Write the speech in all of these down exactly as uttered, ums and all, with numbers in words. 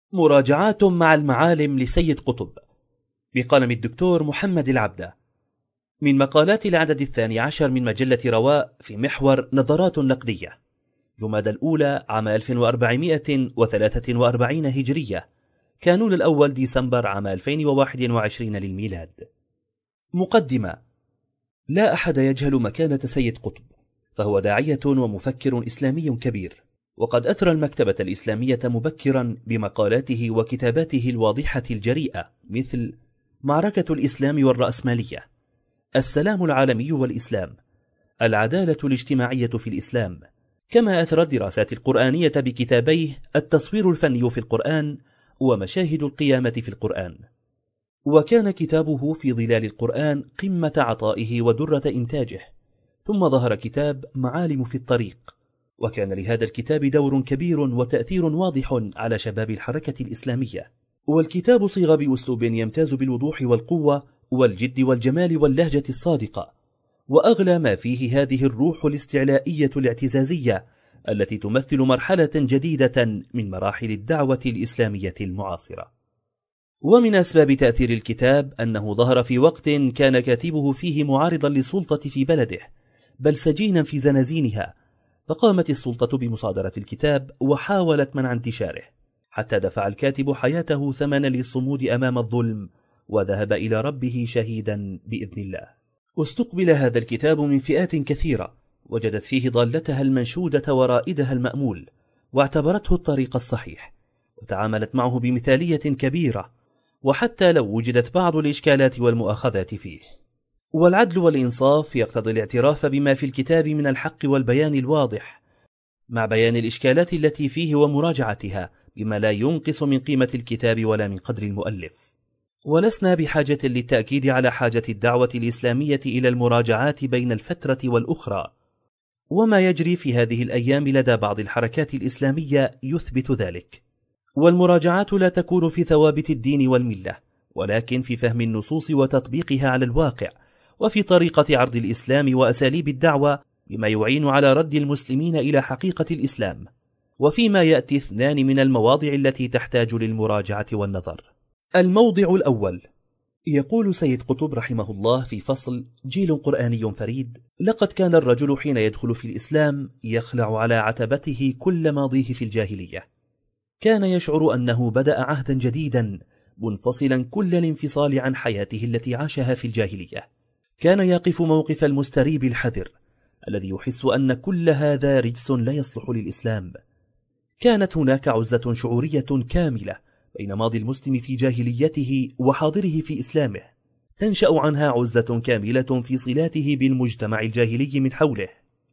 مراجعات مع المعالم لسيد قطب بقلم الدكتور محمد العبدة، من مقالات العدد الثاني عشر من مجلة رواء في محور نظرات نقدية، جمادى الأولى عام ألف وأربعمائة وثلاثة وأربعين هجرية، كانون الأول ديسمبر عام ألفين وواحد وعشرين للميلاد. مقدمة. لا أحد يجهل مكانة سيد قطب، فهو داعية ومفكر إسلامي كبير، وقد أثرى المكتبة الإسلامية مبكرا بمقالاته وكتاباته الواضحة الجريئة، مثل معركة الإسلام والرأسمالية، السلام العالمي والإسلام، العدالة الاجتماعية في الإسلام، كما أثرى الدراسات القرآنية بكتابيه التصوير الفني في القرآن ومشاهد القيامة في القرآن. وكان كتابه في ظلال القرآن قمة عطائه ودرة إنتاجه. ثم ظهر كتاب معالم في الطريق، وكان لهذا الكتاب دور كبير وتأثير واضح على شباب الحركة الإسلامية. والكتاب صيغ بأسلوب يمتاز بالوضوح والقوة والجد والجمال واللهجة الصادقة، وأغلى ما فيه هذه الروح الاستعلائية الاعتزازية التي تمثل مرحلة جديدة من مراحل الدعوة الإسلامية المعاصرة. ومن أسباب تأثير الكتاب أنه ظهر في وقت كان كاتبه فيه معارضا للسلطة في بلده، بل سجينا في زنازينها، فقامت السلطة بمصادرة الكتاب وحاولت منع انتشاره، حتى دفع الكاتب حياته ثمنا للصمود أمام الظلم، وذهب إلى ربه شهيدا بإذن الله. استقبل هذا الكتاب من فئات كثيرة، وجدت فيه ضالتها المنشودة ورائدها المأمول، واعتبرته الطريق الصحيح، وتعاملت معه بمثالية كبيرة، وحتى لو وجدت بعض الإشكالات والمؤاخذات فيه. والعدل والإنصاف يقتضي الاعتراف بما في الكتاب من الحق والبيان الواضح، مع بيان الإشكالات التي فيه ومراجعتها، بما لا ينقص من قيمة الكتاب ولا من قدر المؤلف. ولسنا بحاجة للتأكيد على حاجة الدعوة الإسلامية إلى المراجعات بين الفترة والأخرى، وما يجري في هذه الأيام لدى بعض الحركات الإسلامية يثبت ذلك. والمراجعات لا تكون في ثوابت الدين والملة، ولكن في فهم النصوص وتطبيقها على الواقع، وفي طريقة عرض الإسلام وأساليب الدعوة بما يعين على رد المسلمين إلى حقيقة الإسلام، وفيما يأتي اثنان من المواضع التي تحتاج للمراجعة والنظر. الموضع الأول، يقول سيد قطب رحمه الله في فصل جيل قرآني فريد: لقد كان الرجل حين يدخل في الإسلام يخلع على عتبته كل ماضيه في الجاهلية، كان يشعر أنه بدأ عهدا جديدا منفصلا كل الانفصال عن حياته التي عاشها في الجاهلية. كان يقف موقف المستريب الحذر الذي يحس أن كل هذا رجس لا يصلح للإسلام. كانت هناك عزلة شعورية كاملة بين ماضي المسلم في جاهليته وحاضره في إسلامه، تنشأ عنها عزلة كاملة في صلاته بالمجتمع الجاهلي من حوله،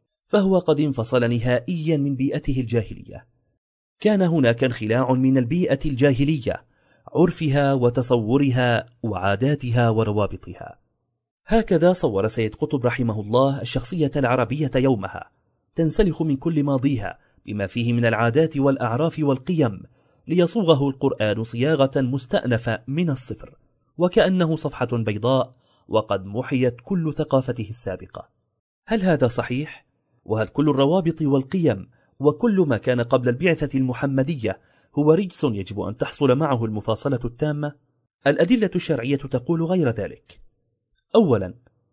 فهو قد انفصل نهائيا من بيئته الجاهلية. كان هناك انخلاع من البيئة الجاهلية، عرفها وتصورها وعاداتها وروابطها. هكذا صور سيد قطب رحمه الله الشخصية العربية يومها، تنسلخ من كل ماضيها بما فيه من العادات والأعراف والقيم، ليصوغه القرآن صياغة مستأنفة من الصفر، وكأنه صفحة بيضاء وقد محيت كل ثقافته السابقة. هل هذا صحيح؟ وهل كل الروابط والقيم وكل ما كان قبل البعثة المحمدية هو رجس يجب أن تحصل معه المفاصلة التامة؟ الأدلة الشرعية تقول غير ذلك. أولا،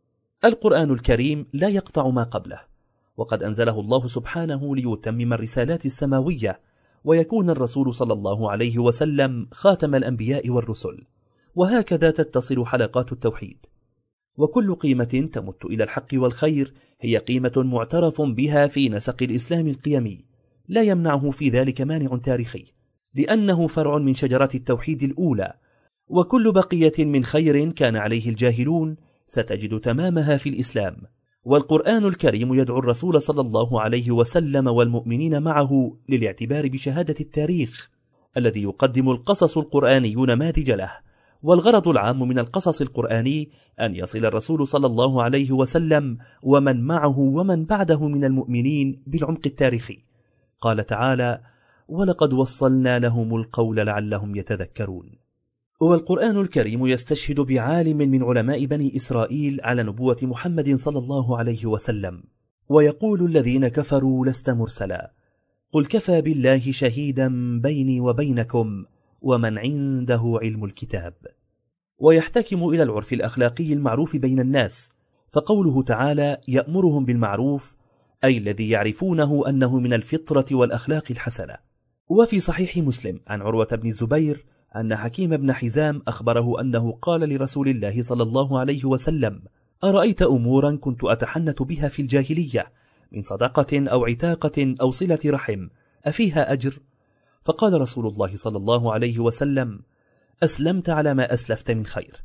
القرآن الكريم لا يقطع ما قبله، وقد أنزله الله سبحانه ليتمم الرسالات السماوية، ويكون الرسول صلى الله عليه وسلم خاتم الأنبياء والرسل، وهكذا تتصل حلقات التوحيد. وكل قيمة تمت إلى الحق والخير هي قيمة معترف بها في نسق الإسلام القيمي، لا يمنعه في ذلك مانع تاريخي، لأنه فرع من شجرة التوحيد الأولى. وكل بقية من خير كان عليه الجاهلون ستجد تمامها في الإسلام. والقرآن الكريم يدعو الرسول صلى الله عليه وسلم والمؤمنين معه للاعتبار بشهادة التاريخ الذي يقدم القصص القرآني نماذج له. والغرض العام من القصص القرآني أن يصل الرسول صلى الله عليه وسلم ومن معه ومن بعده من المؤمنين بالعمق التاريخي. قال تعالى: ولقد وصلنا لهم القول لعلهم يتذكرون. والقرآن الكريم يستشهد بعالم من علماء بني إسرائيل على نبوة محمد صلى الله عليه وسلم، ويقول الذين كفروا: لست مرسلا، قل كفى بالله شهيدا بيني وبينكم ومن عنده علم الكتاب. ويحتكم إلى العرف الأخلاقي المعروف بين الناس، فقوله تعالى يأمرهم بالمعروف أي الذي يعرفونه أنه من الفطرة والأخلاق الحسنة. وفي صحيح مسلم عن عروة بن الزبير أن حكيم بن حزام أخبره أنه قال لرسول الله صلى الله عليه وسلم: أرأيت أمورا كنت أتحنث بها في الجاهلية من صدقة أو عتاقة أو صلة رحم أفيها أجر؟ فقال رسول الله صلى الله عليه وسلم: أسلمت على ما أسلفت من خير.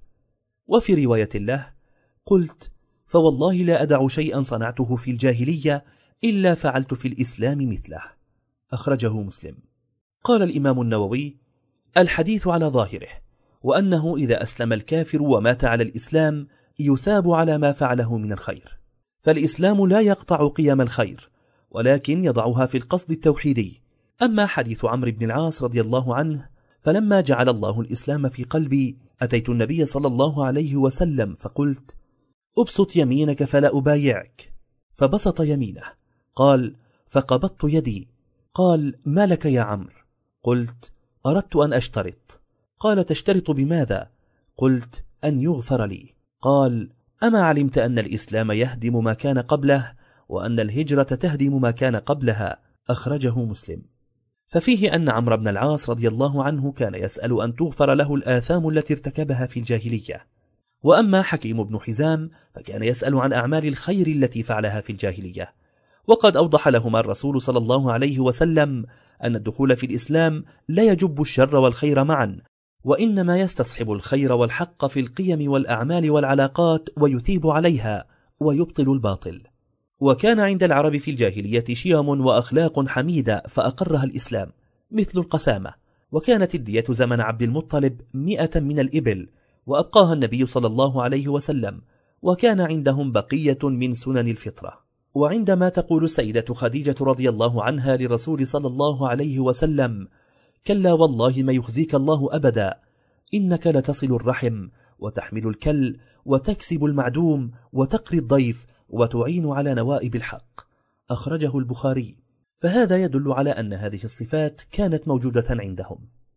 وفي رواية له: قلت: فوالله لا أدع شيئا صنعته في الجاهلية إلا فعلت في الإسلام مثله. أخرجه مسلم. قال الإمام النووي: الحديث على ظاهره، وأنه إذا أسلم الكافر ومات على الإسلام يثاب على ما فعله من الخير، فالإسلام لا يقطع قيم الخير ولكن يضعها في القصد التوحيدي. أما حديث عمرو بن العاص رضي الله عنه، فلما جعل الله الإسلام في قلبي أتيت النبي صلى الله عليه وسلم فقلت: أبسط يمينك فلا أبايعك، فبسط يمينه. قال: فقبضت يدي. قال: ما لك يا عمرو؟ قلت: أردت أن أشترط. قال: تشترط بماذا؟ قلت: أن يغفر لي. قال: أما علمت أن الإسلام يهدم ما كان قبله وأن الهجرة تهدم ما كان قبلها؟ أخرجه مسلم. ففيه أن عمرو بن العاص رضي الله عنه كان يسأل أن تغفر له الآثام التي ارتكبها في الجاهلية. وأما حكيم بن حزام فكان يسأل عن أعمال الخير التي فعلها في الجاهلية. وقد أوضح لهما الرسول صلى الله عليه وسلم أن الدخول في الإسلام لا يجب الشر والخير معا، وإنما يستصحب الخير والحق في القيم والأعمال والعلاقات ويثيب عليها ويبطل الباطل. وكان عند العرب في الجاهلية شيم وأخلاق حميدة فأقرها الإسلام، مثل القسامة، وكانت الدية زمن عبد المطلب مئة من الإبل وأبقاها النبي صلى الله عليه وسلم، وكان عندهم بقية من سنن الفطرة. وعندما تقول السيدة خديجة رضي الله عنها لرسول صلى الله عليه وسلم: كلا والله ما يخزيك الله أبدا، إنك لتصل الرحم وتحمل الكل وتكسب المعدوم وتقري الضيف وتعين على نوائب الحق، أخرجه البخاري. فهذا يدل على أن هذه الصفات كانت موجودة عندهم.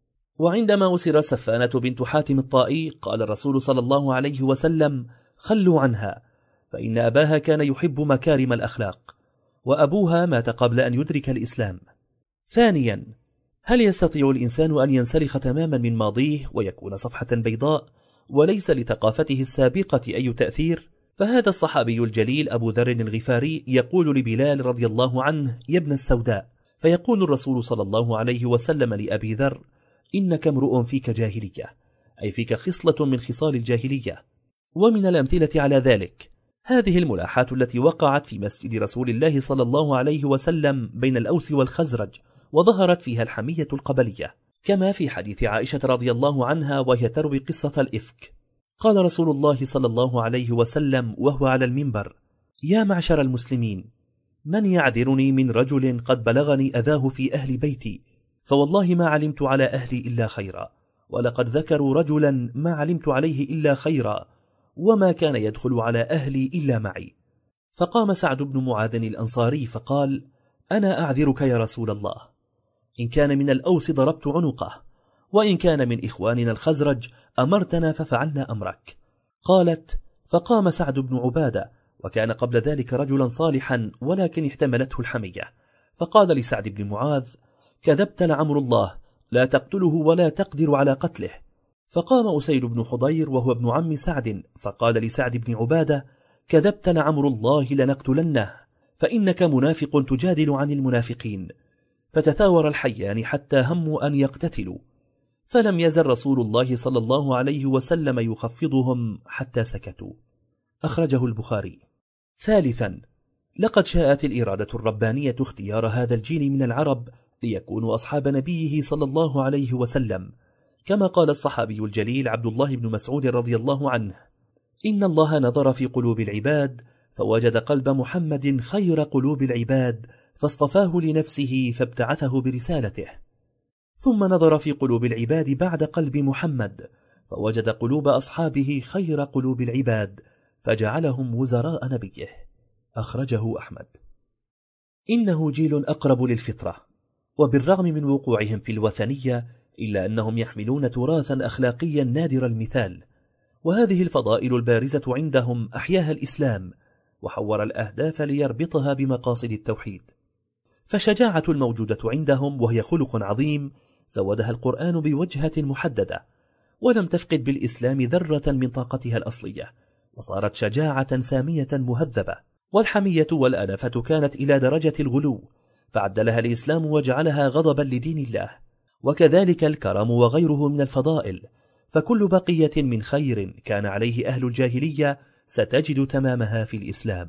وعندما أسر سفانة بنت حاتم الطائي قال الرسول صلى الله عليه وسلم: خلوا عنها، فإن أباها كان يحب مكارم الأخلاق، وأبوها مات قبل أن يدرك الإسلام. ثانيا، هل يستطيع الإنسان أن ينسلخ تماما من ماضيه ويكون صفحة بيضاء وليس لثقافته السابقة أي تأثير؟ فهذا الصحابي الجليل أبو ذر الغفاري يقول لبلال رضي الله عنه: يا ابن السوداء، فيقول الرسول صلى الله عليه وسلم لأبي ذر: إنك امرؤ فيك جاهلية، أي فيك خصلة من خصال الجاهلية. ومن الأمثلة على ذلك هذه الملاحات التي وقعت في مسجد رسول الله صلى الله عليه وسلم بين الأوس والخزرج، وظهرت فيها الحمية القبلية، كما في حديث عائشة رضي الله عنها وهي تروي قصة الإفك. قال رسول الله صلى الله عليه وسلم وهو على المنبر: يا معشر المسلمين، من يعذرني من رجل قد بلغني أذاه في أهل بيتي؟ فوالله ما علمت على أهلي إلا خيرا، ولقد ذكروا رجلا ما علمت عليه إلا خيرا، وما كان يدخل على أهلي إلا معي. فقام سعد بن معاذ الأنصاري فقال: أنا أعذرك يا رسول الله، إن كان من الأوس ضربت عنقه، وإن كان من إخواننا الخزرج أمرتنا ففعلنا أمرك. قالت: فقام سعد بن عبادة، وكان قبل ذلك رجلا صالحا ولكن احتملته الحمية، فقال لسعد بن معاذ: كذبت لعمر الله، لا تقتله ولا تقدر على قتله. فقام أسيد بن حضير وهو ابن عم سعد فقال لسعد بن عبادة: كذبت لعمر الله، لنقتلنه، فإنك منافق تجادل عن المنافقين. فتثاور الحيان حتى هموا أن يقتتلوا، فلم يزل رسول الله صلى الله عليه وسلم يخفضهم حتى سكتوا، أخرجه البخاري. ثالثا، لقد شاءت الإرادة الربانية اختيار هذا الجيل من العرب ليكونوا أصحاب نبيه صلى الله عليه وسلم، كما قال الصحابي الجليل عبد الله بن مسعود رضي الله عنه: إن الله نظر في قلوب العباد فوجد قلب محمد خير قلوب العباد، فاصطفاه لنفسه فابتعثه برسالته. ثم نظر في قلوب العباد بعد قلب محمد فوجد قلوب أصحابه خير قلوب العباد، فجعلهم وزراء نبيه، أخرجه أحمد. إنه جيل أقرب للفطرة، وبالرغم من وقوعهم في الوثنية إلا أنهم يحملون تراثا أخلاقيا نادر المثال، وهذه الفضائل البارزة عندهم أحياها الإسلام وحور الأهداف ليربطها بمقاصد التوحيد. فالشجاعة الموجودة عندهم وهي خلق عظيم زودها القرآن بوجهة محددة، ولم تفقد بالإسلام ذرة من طاقتها الأصلية، وصارت شجاعة سامية مهذبة. والحمية والأنفة كانت إلى درجة الغلو، فعدلها الإسلام وجعلها غضبا لدين الله. وكذلك الكرم وغيره من الفضائل، فكل بقية من خير كان عليه أهل الجاهلية ستجد تمامها في الإسلام.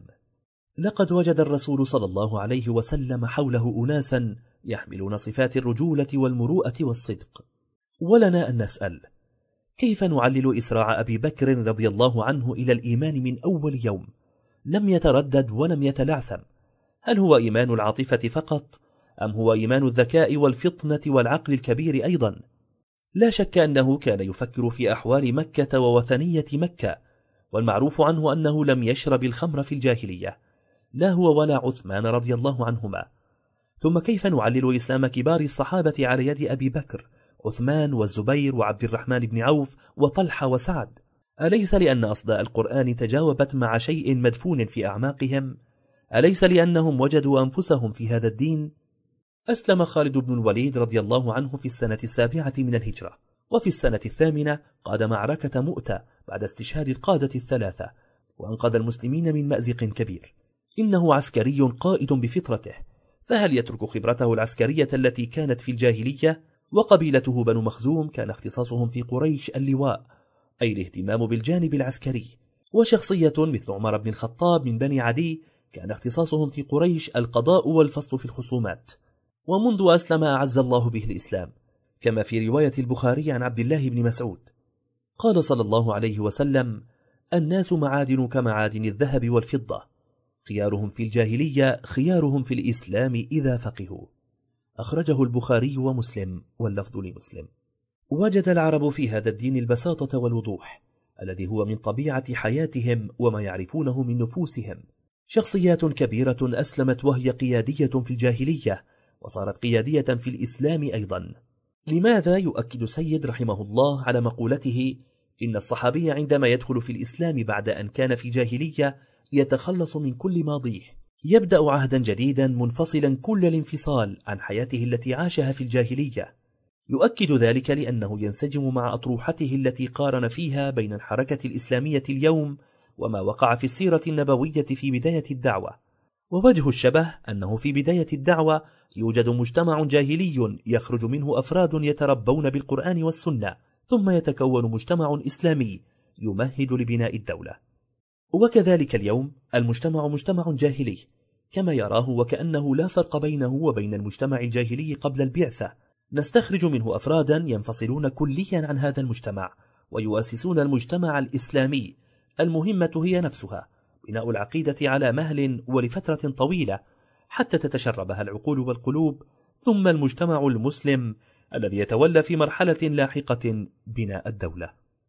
لقد وجد الرسول صلى الله عليه وسلم حوله أناسا يحملون صفات الرجولة والمروءة والصدق. ولنا أن نسأل: كيف نعلل إسراع أبي بكر رضي الله عنه إلى الإيمان من أول يوم؟ لم يتردد ولم يتلعثم. هل هو إيمان العاطفة فقط، أم هو إيمان الذكاء والفطنة والعقل الكبير أيضا؟ لا شك أنه كان يفكر في أحوال مكة ووثنية مكة، والمعروف عنه أنه لم يشرب الخمر في الجاهلية، لا هو ولا عثمان رضي الله عنهما. ثم كيف نعلل إسلام كبار الصحابة على يد أبي بكر، عثمان والزبير وعبد الرحمن بن عوف وطلحة وسعد؟ أليس لأن أصداء القرآن تجاوبت مع شيء مدفون في أعماقهم؟ أليس لأنهم وجدوا أنفسهم في هذا الدين؟ أسلم خالد بن الوليد رضي الله عنه في السنة السابعة من الهجرة، وفي السنة الثامنة قاد معركة مؤتة بعد استشهاد القادة الثلاثة، وأنقذ المسلمين من مأزق كبير. إنه عسكري قائد بفطرته، فهل يترك خبرته العسكرية التي كانت في الجاهلية؟ وقبيلته بنو مخزوم كان اختصاصهم في قريش اللواء، أي الاهتمام بالجانب العسكري. وشخصية مثل عمر بن الخطاب من بني عدي كان اختصاصهم في قريش القضاء والفصل في الخصومات. ومنذ أسلم أعز الله به الإسلام، كما في رواية البخاري عن عبد الله بن مسعود قال صلى الله عليه وسلم: الناس معادن كمعادن الذهب والفضة، خيارهم في الجاهلية خيارهم في الإسلام إذا فقهوا. أخرجه البخاري ومسلم، واللفظ لمسلم. وجد العرب في هذا الدين البساطة والوضوح الذي هو من طبيعة حياتهم وما يعرفونه من نفوسهم. شخصيات كبيرة أسلمت وهي قيادية في الجاهلية، وصارت قيادية في الإسلام أيضا. لماذا يؤكد سيد رحمه الله على مقولته إن الصحابي عندما يدخل في الإسلام بعد أن كان في جاهلية يتخلص من كل ماضيه، يبدأ عهدا جديدا منفصلا كل الانفصال عن حياته التي عاشها في الجاهلية؟ يؤكد ذلك لأنه ينسجم مع أطروحته التي قارن فيها بين الحركة الإسلامية اليوم وما وقع في السيرة النبوية في بداية الدعوة. ووجه الشبه أنه في بداية الدعوة يوجد مجتمع جاهلي يخرج منه أفراد يتربون بالقرآن والسنة، ثم يتكون مجتمع إسلامي يمهد لبناء الدولة. وكذلك اليوم المجتمع مجتمع جاهلي كما يراه، وكأنه لا فرق بينه وبين المجتمع الجاهلي قبل البعثة. نستخرج منه أفرادا ينفصلون كليا عن هذا المجتمع ويؤسسون المجتمع الإسلامي. المهمة هي نفسها، بناء العقيدة على مهل ولفترة طويلة حتى تتشربها العقول والقلوب، ثم المجتمع المسلم الذي يتولى في مرحلة لاحقة بناء الدولة.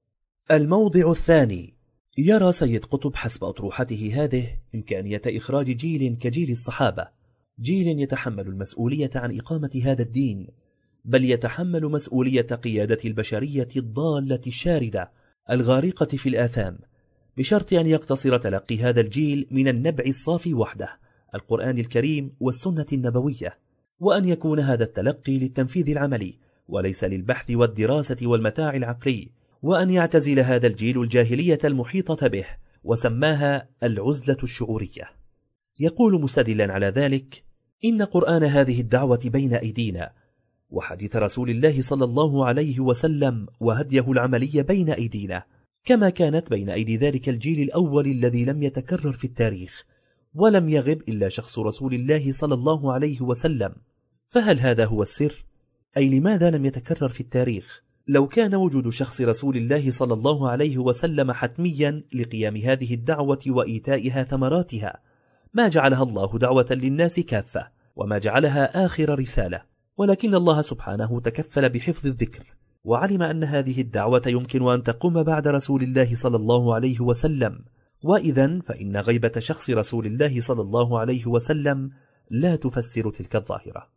الموضع الثاني: يرى سيد قطب حسب أطروحته هذه إمكانية إخراج جيل كجيل الصحابة، جيل يتحمل المسؤولية عن إقامة هذا الدين، بل يتحمل مسؤولية قيادة البشرية الضالة الشاردة الغارقة في الآثام، بشرط أن يقتصر تلقي هذا الجيل من النبع الصافي وحده، القرآن الكريم والسنة النبوية، وأن يكون هذا التلقي للتنفيذ العملي وليس للبحث والدراسة والمتاع العقلي، وأن يعتزل هذا الجيل الجاهلية المحيطة به وسماها العزلة الشعورية. يقول مستدلا على ذلك: إن قرآن هذه الدعوة بين أيدينا، وحديث رسول الله صلى الله عليه وسلم وهديه العملي بين أيدينا، كما كانت بين أيدي ذلك الجيل الأول الذي لم يتكرر في التاريخ ولم يغب إلا شخص رسول الله صلى الله عليه وسلم. فهل هذا هو السر؟ أي لماذا لم يتكرر في التاريخ؟ لو كان وجود شخص رسول الله صلى الله عليه وسلم حتميا لقيام هذه الدعوة وإيتائها ثمراتها، ما جعلها الله دعوة للناس كافة، وما جعلها آخر رسالة، ولكن الله سبحانه تكفل بحفظ الذكر، وعلم أن هذه الدعوة يمكن أن تقوم بعد رسول الله صلى الله عليه وسلم، وإذن فإن غيبة شخص رسول الله صلى الله عليه وسلم لا تفسر تلك الظاهرة.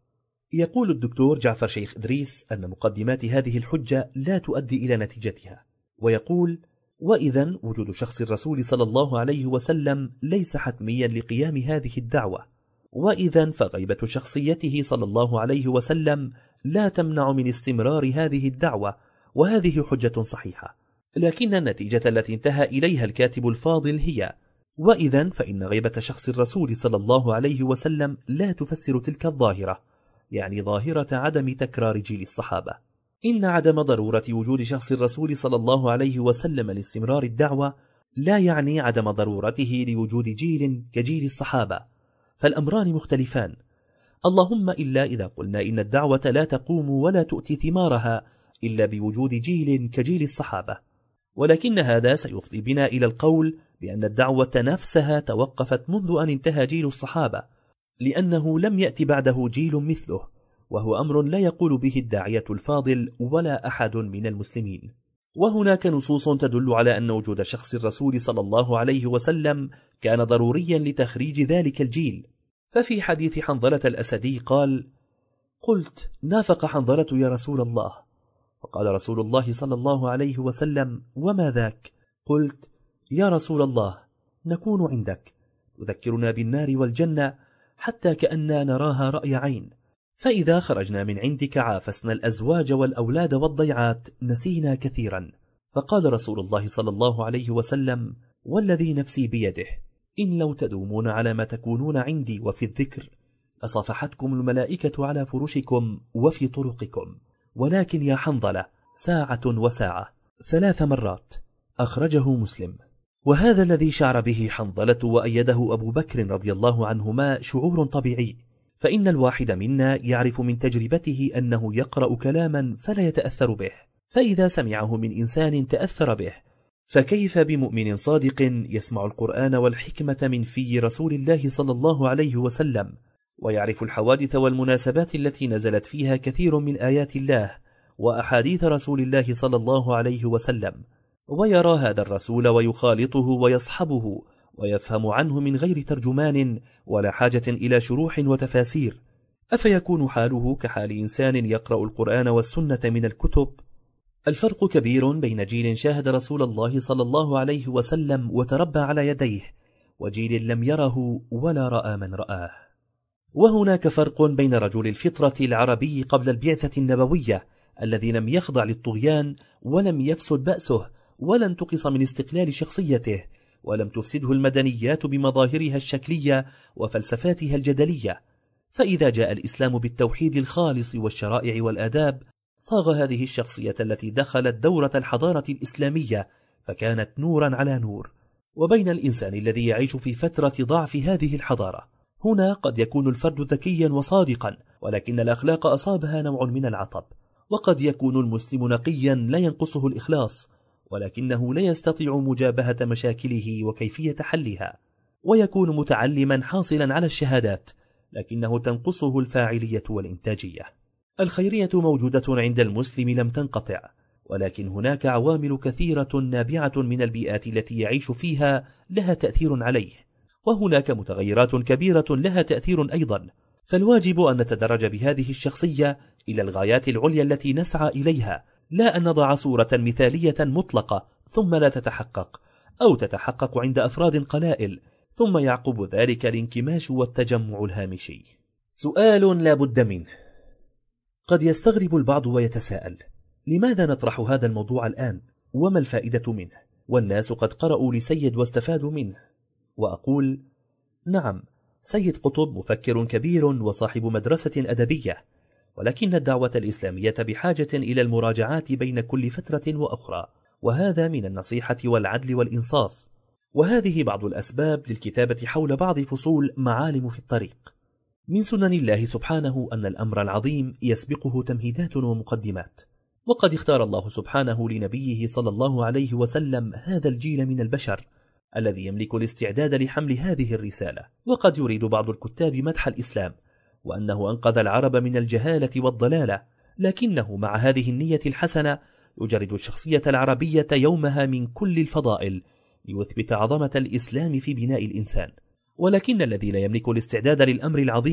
يقول الدكتور جعفر شيخ إدريس أن مقدمات هذه الحجة لا تؤدي إلى نتيجتها، ويقول: وإذن وجود شخص الرسول صلى الله عليه وسلم ليس حتميا لقيام هذه الدعوة، وإذن فغيبة شخصيته صلى الله عليه وسلم لا تمنع من استمرار هذه الدعوة، وهذه حجة صحيحة. لكن النتيجة التي انتهى إليها الكاتب الفاضل هي: وإذن فإن غيبة شخص الرسول صلى الله عليه وسلم لا تفسر تلك الظاهرة، يعني ظاهرة عدم تكرار جيل الصحابة. إن عدم ضرورة وجود شخص الرسول صلى الله عليه وسلم لاستمرار الدعوة لا يعني عدم ضرورته لوجود جيل كجيل الصحابة، فالأمران مختلفان، اللهم إلا إذا قلنا إن الدعوة لا تقوم ولا تؤتي ثمارها إلا بوجود جيل كجيل الصحابة. ولكن هذا سيفضي بنا إلى القول بأن الدعوة نفسها توقفت منذ أن انتهى جيل الصحابة، لأنه لم يأتي بعده جيل مثله، وهو أمر لا يقول به الداعية الفاضل ولا أحد من المسلمين. وهناك نصوص تدل على أن وجود شخص الرسول صلى الله عليه وسلم كان ضروريا لتخريج ذلك الجيل. ففي حديث حنظلة الأسدي قال: قلت: نافق حنظلة يا رسول الله. فقال رسول الله صلى الله عليه وسلم: وما ذاك؟ قلت: يا رسول الله، نكون عندك تذكرنا بالنار والجنة حتى كأننا نراها رأي عين، فإذا خرجنا من عندك عافسنا الأزواج والأولاد والضيعات، نسينا كثيرا. فقال رسول الله صلى الله عليه وسلم: والذي نفسي بيده، إن لو تدومون على ما تكونون عندي وفي الذكر لصفحتكم الملائكة على فرشكم وفي طرقكم، ولكن يا حنظلة ساعة وساعة، ثلاث مرات. أخرجه مسلم. وهذا الذي شعر به حنظلة وأيده أبو بكر رضي الله عنهما شعور طبيعي، فإن الواحد منا يعرف من تجربته أنه يقرأ كلاما فلا يتأثر به، فإذا سمعه من إنسان تأثر به، فكيف بمؤمن صادق يسمع القرآن والحكمة من في رسول الله صلى الله عليه وسلم، ويعرف الحوادث والمناسبات التي نزلت فيها كثير من آيات الله وأحاديث رسول الله صلى الله عليه وسلم، ويرى هذا الرسول ويخالطه ويصحبه ويفهم عنه من غير ترجمان ولا حاجة إلى شروح وتفاسير، أفيكون حاله كحال إنسان يقرأ القرآن والسنة من الكتب؟ الفرق كبير بين جيل شاهد رسول الله صلى الله عليه وسلم وتربى على يديه، وجيل لم يره ولا رأى من رآه. وهناك فرق بين رجل الفطرة العربي قبل البعثة النبوية الذي لم يخضع للطغيان ولم يفسد بأسه ولا انتقص من استقلال شخصيته، ولم تفسده المدنيات بمظاهرها الشكلية وفلسفاتها الجدلية، فإذا جاء الإسلام بالتوحيد الخالص والشرائع والآداب صاغ هذه الشخصية التي دخلت دورة الحضارة الإسلامية فكانت نورا على نور. وبين الإنسان الذي يعيش في فترة ضعف هذه الحضارة، هنا قد يكون الفرد ذكيا وصادقا ولكن الأخلاق أصابها نوع من العطب، وقد يكون المسلم نقيا لا ينقصه الإخلاص ولكنه لا يستطيع مجابهة مشاكله وكيفية حلها، ويكون متعلما حاصلا على الشهادات لكنه تنقصه الفاعلية والإنتاجية. الخيرية موجودة عند المسلم لم تنقطع، ولكن هناك عوامل كثيرة نابعة من البيئات التي يعيش فيها لها تأثير عليه، وهناك متغيرات كبيرة لها تأثير أيضا، فالواجب أن نتدرج بهذه الشخصية إلى الغايات العليا التي نسعى إليها، لا أن نضع صورة مثالية مطلقة ثم لا تتحقق، أو تتحقق عند أفراد قلائل ثم يعقب ذلك الانكماش والتجمع الهامشي. سؤال لا بد منه. قد يستغرب البعض ويتساءل: لماذا نطرح هذا الموضوع الآن؟ وما الفائدة منه؟ والناس قد قرأوا لسيد واستفادوا منه. وأقول: نعم، سيد قطب مفكر كبير وصاحب مدرسة أدبية، ولكن الدعوة الإسلامية بحاجة إلى المراجعات بين كل فترة وأخرى، وهذا من النصيحة والعدل والإنصاف، وهذه بعض الأسباب للكتابة حول بعض فصول معالم في الطريق. من سنن الله سبحانه أن الأمر العظيم يسبقه تمهيدات ومقدمات، وقد اختار الله سبحانه لنبيه صلى الله عليه وسلم هذا الجيل من البشر الذي يملك الاستعداد لحمل هذه الرسالة. وقد يريد بعض الكتاب مدح الإسلام وأنه أنقذ العرب من الجهالة والضلالة، لكنه مع هذه النية الحسنة يجرد الشخصية العربية يومها من كل الفضائل ليثبت عظمة الإسلام في بناء الإنسان. ولكن الذي لا يملك الاستعداد للأمر العظيم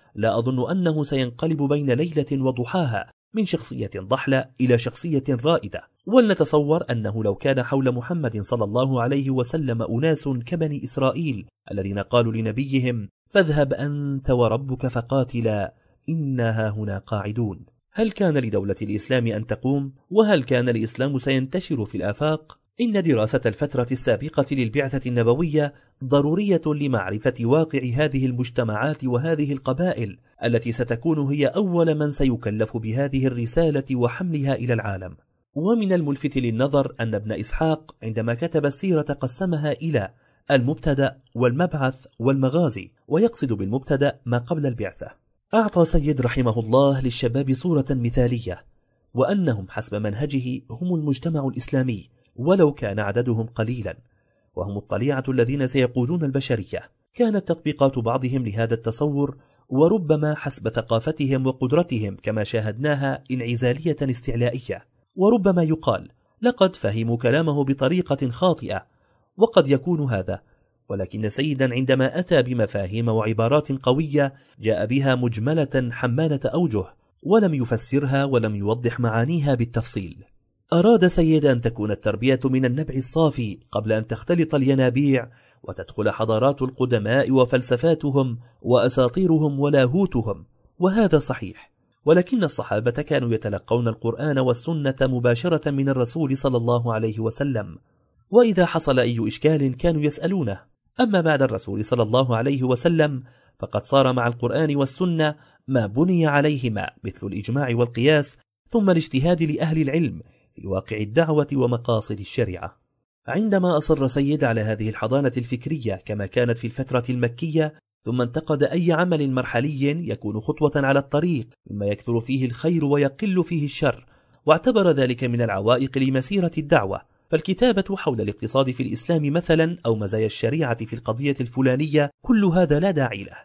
لا أظن أنه سينقلب بين ليلة وضحاها من شخصية ضحلة إلى شخصية رائدة. ولنتصور أنه لو كان حول محمد صلى الله عليه وسلم أناس كبني إسرائيل الذين قالوا لنبيهم فاذهب أنت وربك فقاتلا إنا هنا قاعدون، هل كان لدولة الإسلام أن تقوم؟ وهل كان الإسلام سينتشر في الآفاق؟ إن دراسة الفترة السابقة للبعثة النبوية ضرورية لمعرفة واقع هذه المجتمعات وهذه القبائل التي ستكون هي أول من سيكلف بهذه الرسالة وحملها إلى العالم. ومن الملفت للنظر أن ابن إسحاق عندما كتب السيرة قسمها إلى المبتدأ والمبعث والمغازي، ويقصد بالمبتدأ ما قبل البعثة. أعطى سيد رحمه الله للشباب صورة مثالية، وأنهم حسب منهجه هم المجتمع الإسلامي ولو كان عددهم قليلا، وهم الطليعة الذين سيقودون البشرية. كانت تطبيقات بعضهم لهذا التصور وربما حسب ثقافتهم وقدرتهم كما شاهدناها انعزالية استعلائية، وربما يقال لقد فهموا كلامه بطريقة خاطئة، وقد يكون هذا، ولكن سيدا عندما أتى بمفاهيم وعبارات قوية جاء بها مجملة حمالة أوجه، ولم يفسرها ولم يوضح معانيها بالتفصيل. أراد سيد أن تكون التربية من النبع الصافي قبل أن تختلط الينابيع وتدخل حضارات القدماء وفلسفاتهم وأساطيرهم ولاهوتهم، وهذا صحيح، ولكن الصحابة كانوا يتلقون القرآن والسنة مباشرة من الرسول صلى الله عليه وسلم، وإذا حصل أي إشكال كانوا يسألونه. أما بعد الرسول صلى الله عليه وسلم فقد صار مع القرآن والسنة ما بني عليهما مثل الإجماع والقياس، ثم الاجتهاد لأهل العلم في واقع الدعوة ومقاصد الشريعة. عندما أصر سيد على هذه الحضانة الفكرية كما كانت في الفترة المكية، ثم انتقد أي عمل مرحلي يكون خطوة على الطريق مما يكثر فيه الخير ويقل فيه الشر، واعتبر ذلك من العوائق لمسيرة الدعوة. فالكتابة حول الاقتصاد في الإسلام مثلا أو مزايا الشريعة في القضية الفلانية كل هذا لا داعي له،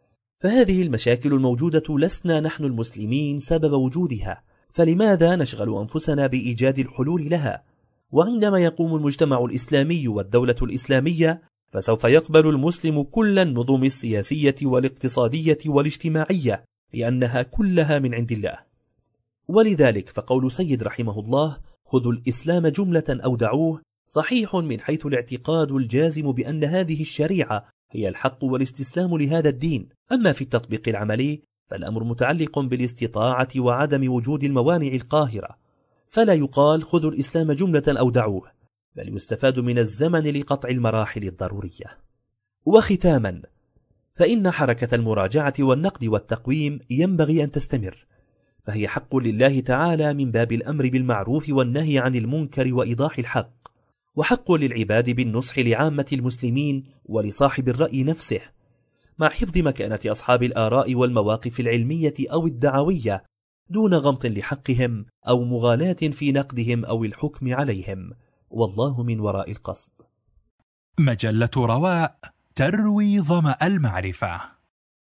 فهذه المشاكل الموجودة لسنا نحن المسلمين سبب وجودها، فلماذا نشغل أنفسنا بإيجاد الحلول لها؟ وعندما يقوم المجتمع الإسلامي والدولة الإسلامية فسوف يقبل المسلم كل النظم السياسية والاقتصادية والاجتماعية لأنها كلها من عند الله. ولذلك فقول سيد رحمه الله خذوا الإسلام جملة أو دعوه صحيح من حيث الاعتقاد الجازم بأن هذه الشريعة هي الحق والاستسلام لهذا الدين. أما في التطبيق العملي فالأمر متعلق بالاستطاعة وعدم وجود الموانع القاهرة، فلا يقال خذوا الإسلام جملة أو دعوه، بل يستفاد من الزمن لقطع المراحل الضرورية. وختاما، فإن حركة المراجعة والنقد والتقويم ينبغي أن تستمر، فهي حق لله تعالى من باب الأمر بالمعروف والنهي عن المنكر وإيضاح الحق، وحق للعباد بالنصح لعامة المسلمين ولصاحب الرأي نفسه، مع حفظ مكانة أصحاب الآراء والمواقف العلمية أو الدعوية دون غمط لحقهم أو مغالاة في نقدهم أو الحكم عليهم، والله من وراء القصد. مجلة رواء تروي ظمأ المعرفة.